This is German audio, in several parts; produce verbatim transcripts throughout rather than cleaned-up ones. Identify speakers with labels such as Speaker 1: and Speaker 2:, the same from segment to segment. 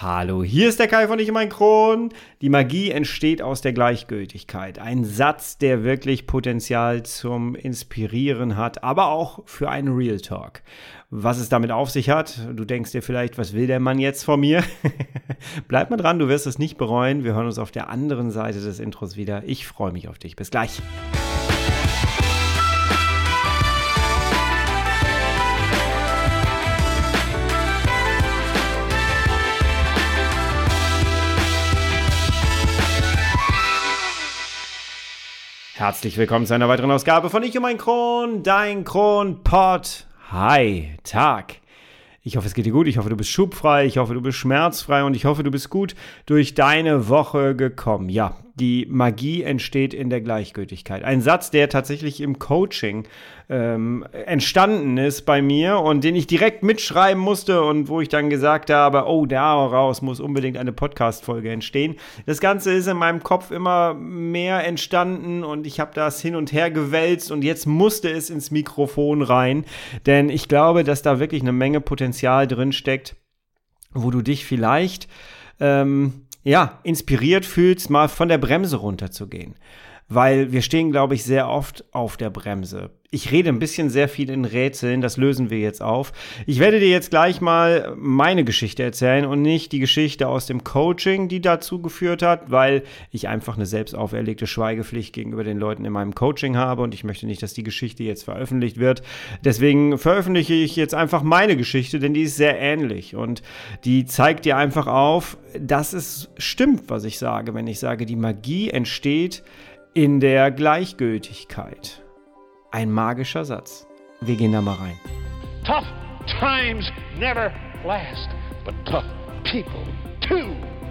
Speaker 1: Hallo, hier ist der Kai von Ich und mein Kron. Die Magie entsteht aus der Gleichgültigkeit. Ein Satz, der wirklich Potenzial zum Inspirieren hat, aber auch für einen Real Talk. Was es damit auf sich hat, du denkst dir vielleicht, was will der Mann jetzt von mir? Bleib mal dran, du wirst es nicht bereuen. Wir hören uns auf der anderen Seite des Intros wieder. Ich freue mich auf dich. Bis gleich. Herzlich willkommen zu einer weiteren Ausgabe von Ich und mein Kron, dein Kron-Pod. Hi, Tag. Ich hoffe, es geht dir gut, ich hoffe, du bist schubfrei, ich hoffe, du bist schmerzfrei und ich hoffe, du bist gut durch deine Woche gekommen. Ja, die Magie entsteht in der Gleichgültigkeit. Ein Satz, der tatsächlich im Coaching ähm, entstanden ist bei mir und den ich direkt mitschreiben musste und wo ich dann gesagt habe, oh, daraus muss unbedingt eine Podcast-Folge entstehen. Das Ganze ist in meinem Kopf immer mehr entstanden und ich habe das hin und her gewälzt und jetzt musste es ins Mikrofon rein, denn ich glaube, dass da wirklich eine Menge Potenzial drin steckt, wo du dich vielleicht ähm, ja, inspiriert fühlst, mal von der Bremse runterzugehen. Weil wir stehen, glaube ich, sehr oft auf der Bremse. Ich rede ein bisschen sehr viel in Rätseln, das lösen wir jetzt auf. Ich werde dir jetzt gleich mal meine Geschichte erzählen und nicht die Geschichte aus dem Coaching, die dazu geführt hat, weil ich einfach eine selbst auferlegte Schweigepflicht gegenüber den Leuten in meinem Coaching habe und ich möchte nicht, dass die Geschichte jetzt veröffentlicht wird. Deswegen veröffentliche ich jetzt einfach meine Geschichte, denn die ist sehr ähnlich und die zeigt dir einfach auf, dass es stimmt, was ich sage, wenn ich sage, die Magie entsteht in der Gleichgültigkeit. Ein magischer Satz. Wir gehen da mal rein.
Speaker 2: Tough times never last, but tough people too.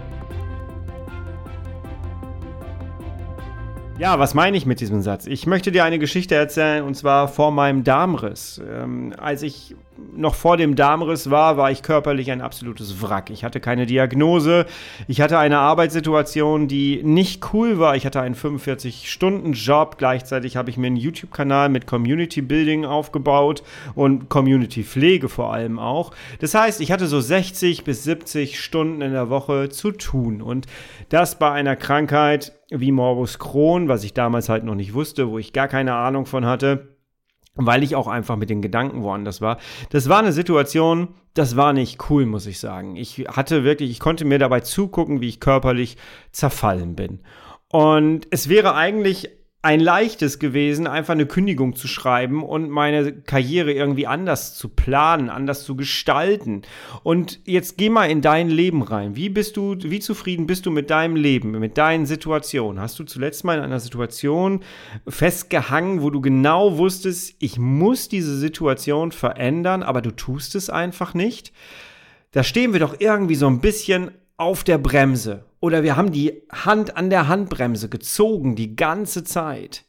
Speaker 1: Ja, was meine ich mit diesem Satz? Ich möchte dir eine Geschichte erzählen, und zwar vor meinem Darmriss. Ähm, als ich noch vor dem Darmriss war, war ich körperlich ein absolutes Wrack. Ich hatte keine Diagnose, ich hatte eine Arbeitssituation, die nicht cool war. Ich hatte einen fünfundvierzig-Stunden-Job, gleichzeitig habe ich mir einen YouTube-Kanal mit Community-Building aufgebaut und Community-Pflege vor allem auch. Das heißt, ich hatte so sechzig bis siebzig Stunden in der Woche zu tun und das bei einer Krankheit wie Morbus Crohn, was ich damals halt noch nicht wusste, wo ich gar keine Ahnung von hatte, weil ich auch einfach mit den Gedanken woanders war. Das war eine Situation, das war nicht cool, muss ich sagen. Ich hatte wirklich, ich konnte mir dabei zugucken, wie ich körperlich zerfallen bin. Und es wäre eigentlich ein leichtes gewesen, einfach eine Kündigung zu schreiben und meine Karriere irgendwie anders zu planen, anders zu gestalten. Und jetzt geh mal in dein Leben rein. Wie bist du, wie zufrieden bist du mit deinem Leben, mit deinen Situationen? Hast du zuletzt mal in einer Situation festgehangen, wo du genau wusstest, ich muss diese Situation verändern, aber du tust es einfach nicht? Da stehen wir doch irgendwie so ein bisschen auf der Bremse. Oder wir haben die Hand an der Handbremse gezogen die ganze Zeit.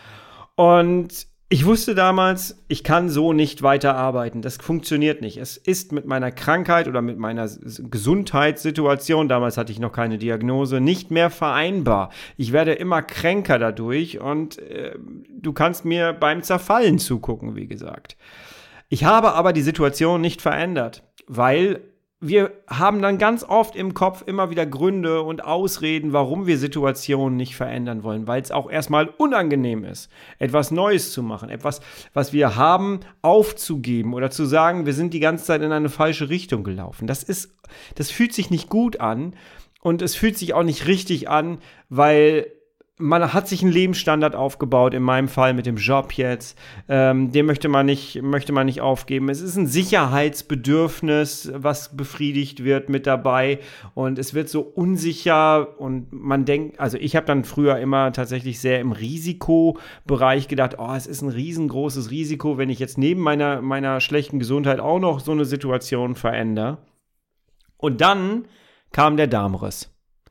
Speaker 1: Und ich wusste damals, ich kann so nicht weiterarbeiten. Das funktioniert nicht. Es ist mit meiner Krankheit oder mit meiner Gesundheitssituation, damals hatte ich noch keine Diagnose, nicht mehr vereinbar. Ich werde immer kränker dadurch und äh, du kannst mir beim Zerfallen zugucken, wie gesagt. Ich habe aber die Situation nicht verändert, weil wir haben dann ganz oft im Kopf immer wieder Gründe und Ausreden, warum wir Situationen nicht verändern wollen, weil es auch erstmal unangenehm ist, etwas Neues zu machen, etwas, was wir haben, aufzugeben oder zu sagen, wir sind die ganze Zeit in eine falsche Richtung gelaufen. Das ist, das fühlt sich nicht gut an und es fühlt sich auch nicht richtig an, weil man hat sich einen Lebensstandard aufgebaut, in meinem Fall mit dem Job jetzt, ähm, den möchte man nicht, möchte man nicht aufgeben. Es ist ein Sicherheitsbedürfnis, was befriedigt wird mit dabei und es wird so unsicher und man denkt, also ich habe dann früher immer tatsächlich sehr im Risikobereich gedacht, oh, es ist ein riesengroßes Risiko, wenn ich jetzt neben meiner, meiner schlechten Gesundheit auch noch so eine Situation verändere. Und dann kam der Darmriss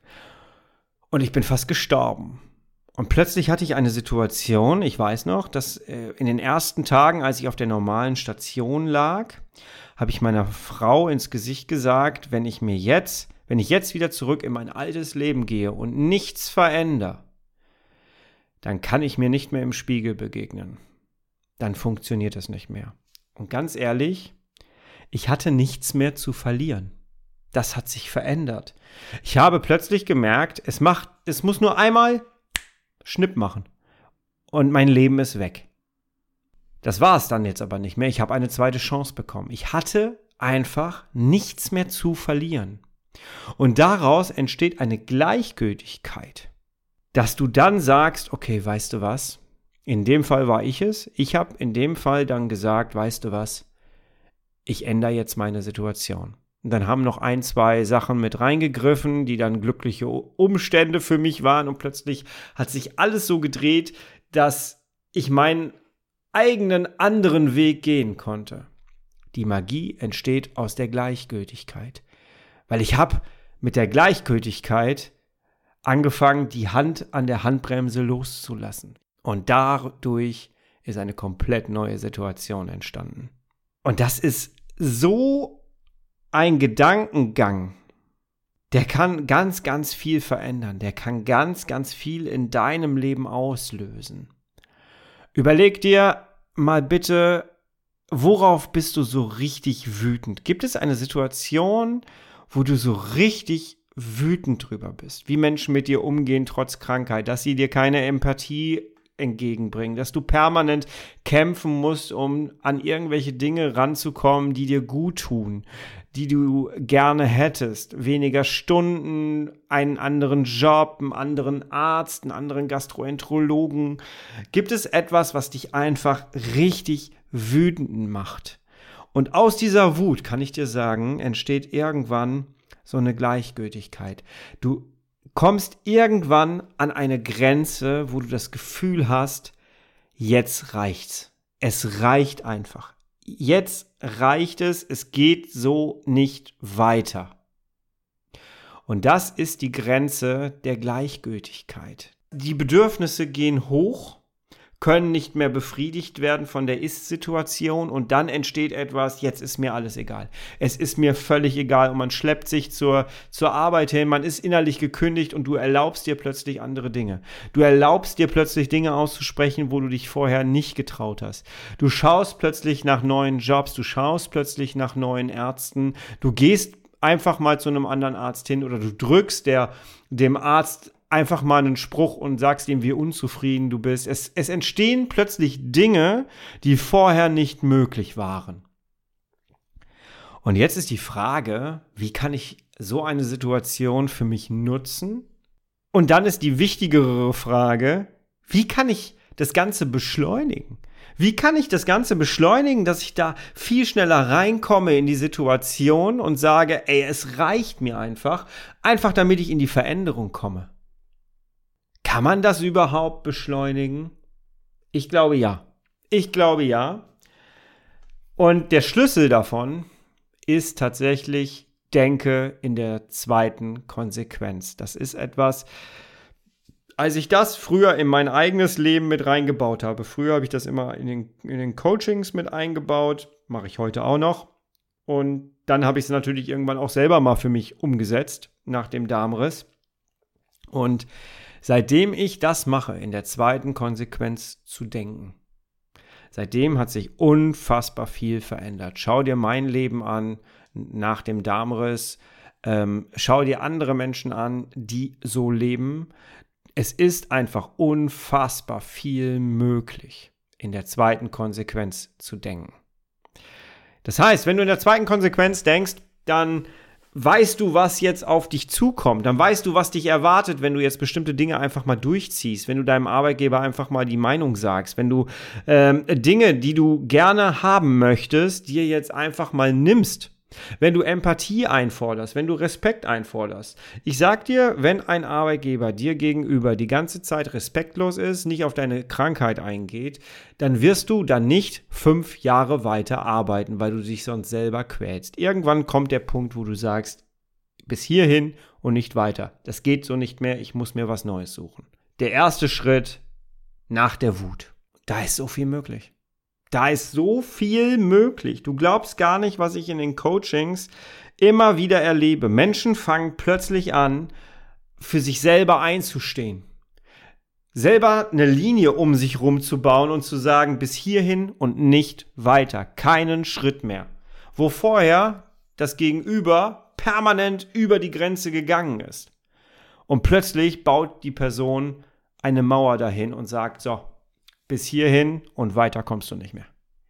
Speaker 1: und ich bin fast gestorben. Und plötzlich hatte ich eine Situation, ich weiß noch, dass äh, in den ersten Tagen, als ich auf der normalen Station lag, habe ich meiner Frau ins Gesicht gesagt, wenn ich mir jetzt, wenn ich jetzt wieder zurück in mein altes Leben gehe und nichts verändere, dann kann ich mir nicht mehr im Spiegel begegnen. Dann funktioniert es nicht mehr. Und ganz ehrlich, ich hatte nichts mehr zu verlieren. das hat sich verändert. Ich habe plötzlich gemerkt, es macht, es muss nur einmal Schnipp machen und mein Leben ist weg. Das war es dann jetzt aber nicht mehr. Ich habe eine zweite Chance bekommen. Ich hatte einfach nichts mehr zu verlieren. Und daraus entsteht eine Gleichgültigkeit, dass du dann sagst, okay, weißt du was? In dem Fall war ich es. Ich habe in dem Fall dann gesagt, weißt du was? Ich ändere jetzt meine Situation. Und dann haben noch ein, zwei Sachen mit reingegriffen, die dann glückliche Umstände für mich waren. Und plötzlich hat sich alles so gedreht, dass ich meinen eigenen anderen Weg gehen konnte. Die Magie entsteht aus der Gleichgültigkeit. Weil ich habe mit der Gleichgültigkeit angefangen, die Hand an der Handbremse loszulassen. Und dadurch ist eine komplett neue Situation entstanden. Und das ist so ein Gedankengang, der kann ganz, ganz viel verändern. Der kann ganz, ganz viel in deinem Leben auslösen. Überleg dir mal bitte, worauf bist du so richtig wütend? Gibt es eine Situation, wo du so richtig wütend drüber bist, wie Menschen mit dir umgehen trotz Krankheit, dass sie dir keine Empathie entgegenbringen, dass du permanent kämpfen musst, um an irgendwelche Dinge ranzukommen, die dir gut tun, die du gerne hättest, weniger Stunden, einen anderen Job, einen anderen Arzt, einen anderen Gastroenterologen. Gibt es etwas, was dich einfach richtig wütend macht? Und aus dieser Wut, kann ich dir sagen, entsteht irgendwann so eine Gleichgültigkeit. Du kommst irgendwann an eine Grenze, wo du das Gefühl hast, jetzt reicht's. Es reicht einfach. Jetzt reicht es, es geht so nicht weiter. Und das ist die Grenze der Gleichgültigkeit. Die Bedürfnisse gehen hoch, können nicht mehr befriedigt werden von der Ist-Situation und dann entsteht etwas, jetzt ist mir alles egal. Es ist mir völlig egal und man schleppt sich zur, zur Arbeit hin, man ist innerlich gekündigt und du erlaubst dir plötzlich andere Dinge. Du erlaubst dir plötzlich Dinge auszusprechen, wo du dich vorher nicht getraut hast. Du schaust plötzlich nach neuen Jobs, du schaust plötzlich nach neuen Ärzten, du gehst einfach mal zu einem anderen Arzt hin oder du drückst der, dem Arzt einfach mal einen Spruch und sagst ihm, wie unzufrieden du bist. Es, es entstehen plötzlich Dinge, die vorher nicht möglich waren. Und jetzt ist die Frage, wie kann ich so eine Situation für mich nutzen? Und dann ist die wichtigere Frage, wie kann ich das Ganze beschleunigen? Wie kann ich das Ganze beschleunigen, dass ich da viel schneller reinkomme in die Situation und sage, ey, es reicht mir einfach, einfach damit ich in die Veränderung komme? Kann man das überhaupt beschleunigen? Ich glaube ja. Ich glaube ja. Und der Schlüssel davon ist tatsächlich, denke in der zweiten Konsequenz. Das ist etwas, als ich das früher in mein eigenes Leben mit reingebaut habe. Früher habe ich das immer in den, in den Coachings mit eingebaut. Mache ich heute auch noch. Und dann habe ich es natürlich irgendwann auch selber mal für mich umgesetzt, nach dem Darmriss. Und seitdem ich das mache, in der zweiten Konsequenz zu denken, seitdem hat sich unfassbar viel verändert. Schau dir mein Leben an nach dem Darmriss. Ähm, schau dir andere Menschen an, die so leben. Es ist einfach unfassbar viel möglich, in der zweiten Konsequenz zu denken. Das heißt, wenn du in der zweiten Konsequenz denkst, dann weißt du, was jetzt auf dich zukommt. Dann weißt du, was dich erwartet, wenn du jetzt bestimmte Dinge einfach mal durchziehst, wenn du deinem Arbeitgeber einfach mal die Meinung sagst, wenn du ähm, Dinge, die du gerne haben möchtest, dir jetzt einfach mal nimmst. Wenn du Empathie einforderst, wenn du Respekt einforderst. Ich sag dir, wenn ein Arbeitgeber dir gegenüber die ganze Zeit respektlos ist, nicht auf deine Krankheit eingeht, dann wirst du dann nicht fünf Jahre weiter arbeiten, weil du dich sonst selber quälst. Irgendwann kommt der Punkt, wo du sagst, bis hierhin und nicht weiter. Das geht so nicht mehr, ich muss mir was Neues suchen. Der erste Schritt nach der Wut. Da ist so viel möglich. Da ist so viel möglich. Du glaubst gar nicht, was ich in den Coachings immer wieder erlebe. Menschen fangen plötzlich an, für sich selber einzustehen. Selber eine Linie um sich rumzubauen und zu sagen, bis hierhin und nicht weiter. Keinen Schritt mehr. Wo vorher das Gegenüber permanent über die Grenze gegangen ist. Und plötzlich baut die Person eine Mauer dahin und sagt, so, bis hierhin und weiter kommst du nicht mehr.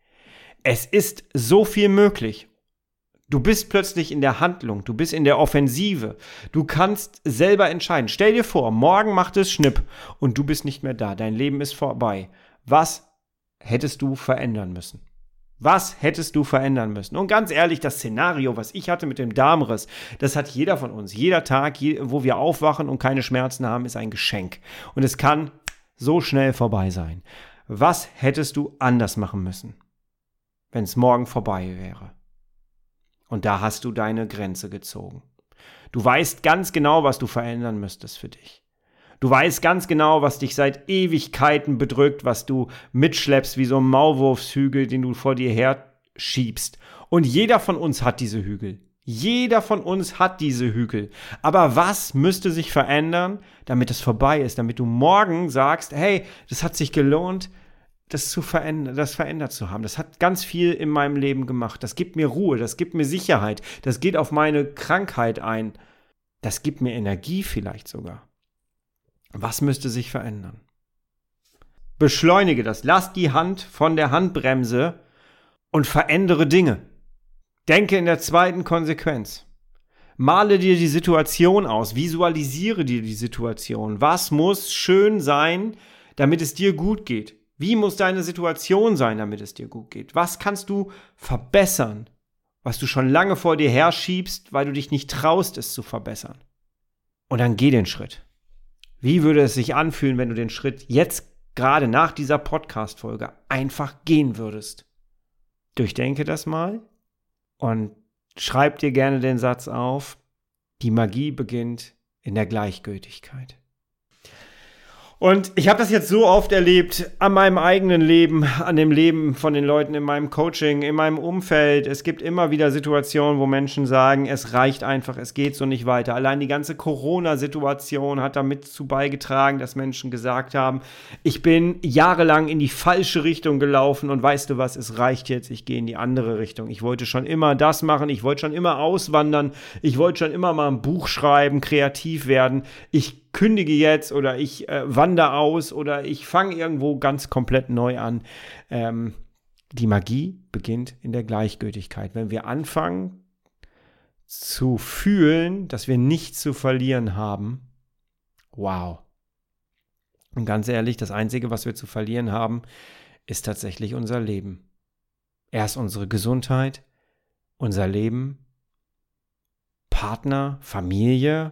Speaker 1: Es ist so viel möglich. Du bist plötzlich in der Handlung, du bist in der Offensive. Du kannst selber entscheiden. Stell dir vor, morgen macht es Schnipp und du bist nicht mehr da. Dein Leben ist vorbei. Was hättest du verändern müssen? Was hättest du verändern müssen? Und ganz ehrlich, das Szenario, was ich hatte mit dem Darmriss, das hat jeder von uns. Jeder Tag, wo wir aufwachen und keine Schmerzen haben, ist ein Geschenk. Und es kann so schnell vorbei sein. Was hättest du anders machen müssen, wenn es morgen vorbei wäre? Und da hast du deine Grenze gezogen. Du weißt ganz genau, was du verändern müsstest für dich. Du weißt ganz genau, was dich seit Ewigkeiten bedrückt, was du mitschleppst wie so ein Maulwurfshügel, den du vor dir her schiebst. Und jeder von uns hat diese Hügel. Jeder von uns hat diese Hügel. Aber was müsste sich verändern, damit es vorbei ist? Damit du morgen sagst, hey, das hat sich gelohnt, das zu verändern, das verändert zu haben. Das hat ganz viel in meinem Leben gemacht. Das gibt mir Ruhe, das gibt mir Sicherheit. Das geht auf meine Krankheit ein. Das gibt mir Energie vielleicht sogar. Was müsste sich verändern? Beschleunige das. Lass die Hand von der Handbremse und verändere Dinge. Denke in der zweiten Konsequenz. Male dir die Situation aus. Visualisiere dir die Situation. Was muss schön sein, damit es dir gut geht? Wie muss deine Situation sein, damit es dir gut geht? Was kannst du verbessern, was du schon lange vor dir herschiebst, weil du dich nicht traust, es zu verbessern? Und dann geh den Schritt. Wie würde es sich anfühlen, wenn du den Schritt jetzt, gerade nach dieser Podcast-Folge, einfach gehen würdest? Durchdenke das mal und schreib dir gerne den Satz auf: Die Magie beginnt in der Gleichgültigkeit. Und ich habe das jetzt so oft erlebt, an meinem eigenen Leben, an dem Leben von den Leuten in meinem Coaching, in meinem Umfeld. Es gibt immer wieder Situationen, wo Menschen sagen, es reicht einfach, es geht so nicht weiter. Allein die ganze Corona-Situation hat damit zu beigetragen, dass Menschen gesagt haben, ich bin jahrelang in die falsche Richtung gelaufen und weißt du was, es reicht jetzt, ich gehe in die andere Richtung. Ich wollte schon immer das machen, ich wollte schon immer auswandern, ich wollte schon immer mal ein Buch schreiben, kreativ werden. Ich kündige jetzt oder ich äh, wandere aus oder ich fange irgendwo ganz komplett neu an. Ähm, die Magie beginnt in der Gleichgültigkeit. Wenn wir anfangen zu fühlen, dass wir nichts zu verlieren haben, wow. Und ganz ehrlich, das Einzige, was wir zu verlieren haben, ist tatsächlich unser Leben. Erst unsere Gesundheit, unser Leben, Partner, Familie.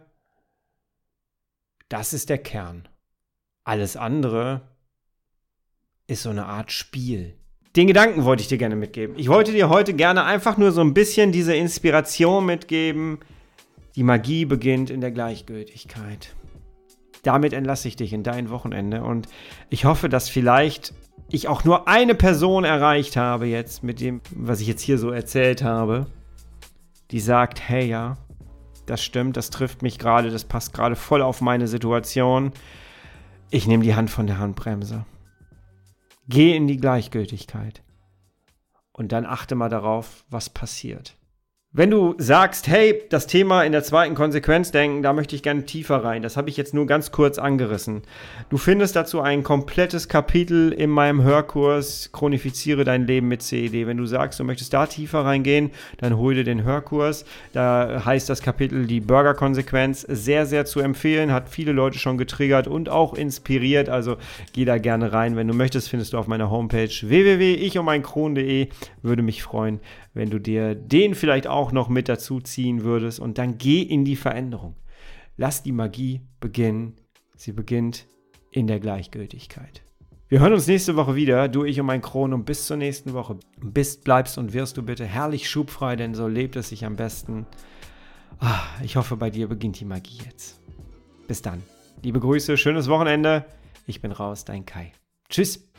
Speaker 1: Das ist der Kern. Alles andere ist so eine Art Spiel. Den Gedanken wollte ich dir gerne mitgeben. Ich wollte dir heute gerne einfach nur so ein bisschen diese Inspiration mitgeben. Die Magie beginnt in der Gleichgültigkeit. Damit entlasse ich dich in dein Wochenende und ich hoffe, dass vielleicht ich auch nur eine Person erreicht habe jetzt mit dem, was ich jetzt hier so erzählt habe, die sagt, hey ja, das stimmt, das trifft mich gerade, das passt gerade voll auf meine Situation. Ich nehme die Hand von der Handbremse. Geh in die Gleichgültigkeit. Und dann achte mal darauf, was passiert. Wenn du sagst, hey, das Thema in der zweiten Konsequenz denken, da möchte ich gerne tiefer rein. Das habe ich jetzt nur ganz kurz angerissen. Du findest dazu ein komplettes Kapitel in meinem Hörkurs Chronifiziere dein Leben mit C E D. Wenn du sagst, du möchtest da tiefer reingehen, dann hol dir den Hörkurs. Da heißt das Kapitel die Burger-Konsequenz. Sehr, sehr zu empfehlen. Hat viele Leute schon getriggert und auch inspiriert. Also geh da gerne rein. Wenn du möchtest, findest du auf meiner Homepage w w w punkt ich und mein kron punkt de. Würde mich freuen, wenn du dir den vielleicht auch noch mit dazu ziehen würdest und dann geh in die Veränderung. Lass die Magie beginnen. Sie beginnt in der Gleichgültigkeit. Wir hören uns nächste Woche wieder, du, ich und mein Kron, und bis zur nächsten Woche. Bist, bleibst und wirst du bitte herrlich schubfrei, denn so lebt es sich am besten. Ah, ich hoffe, bei dir beginnt die Magie jetzt. Bis dann. Liebe Grüße, schönes Wochenende. Ich bin raus, dein Kai. Tschüss.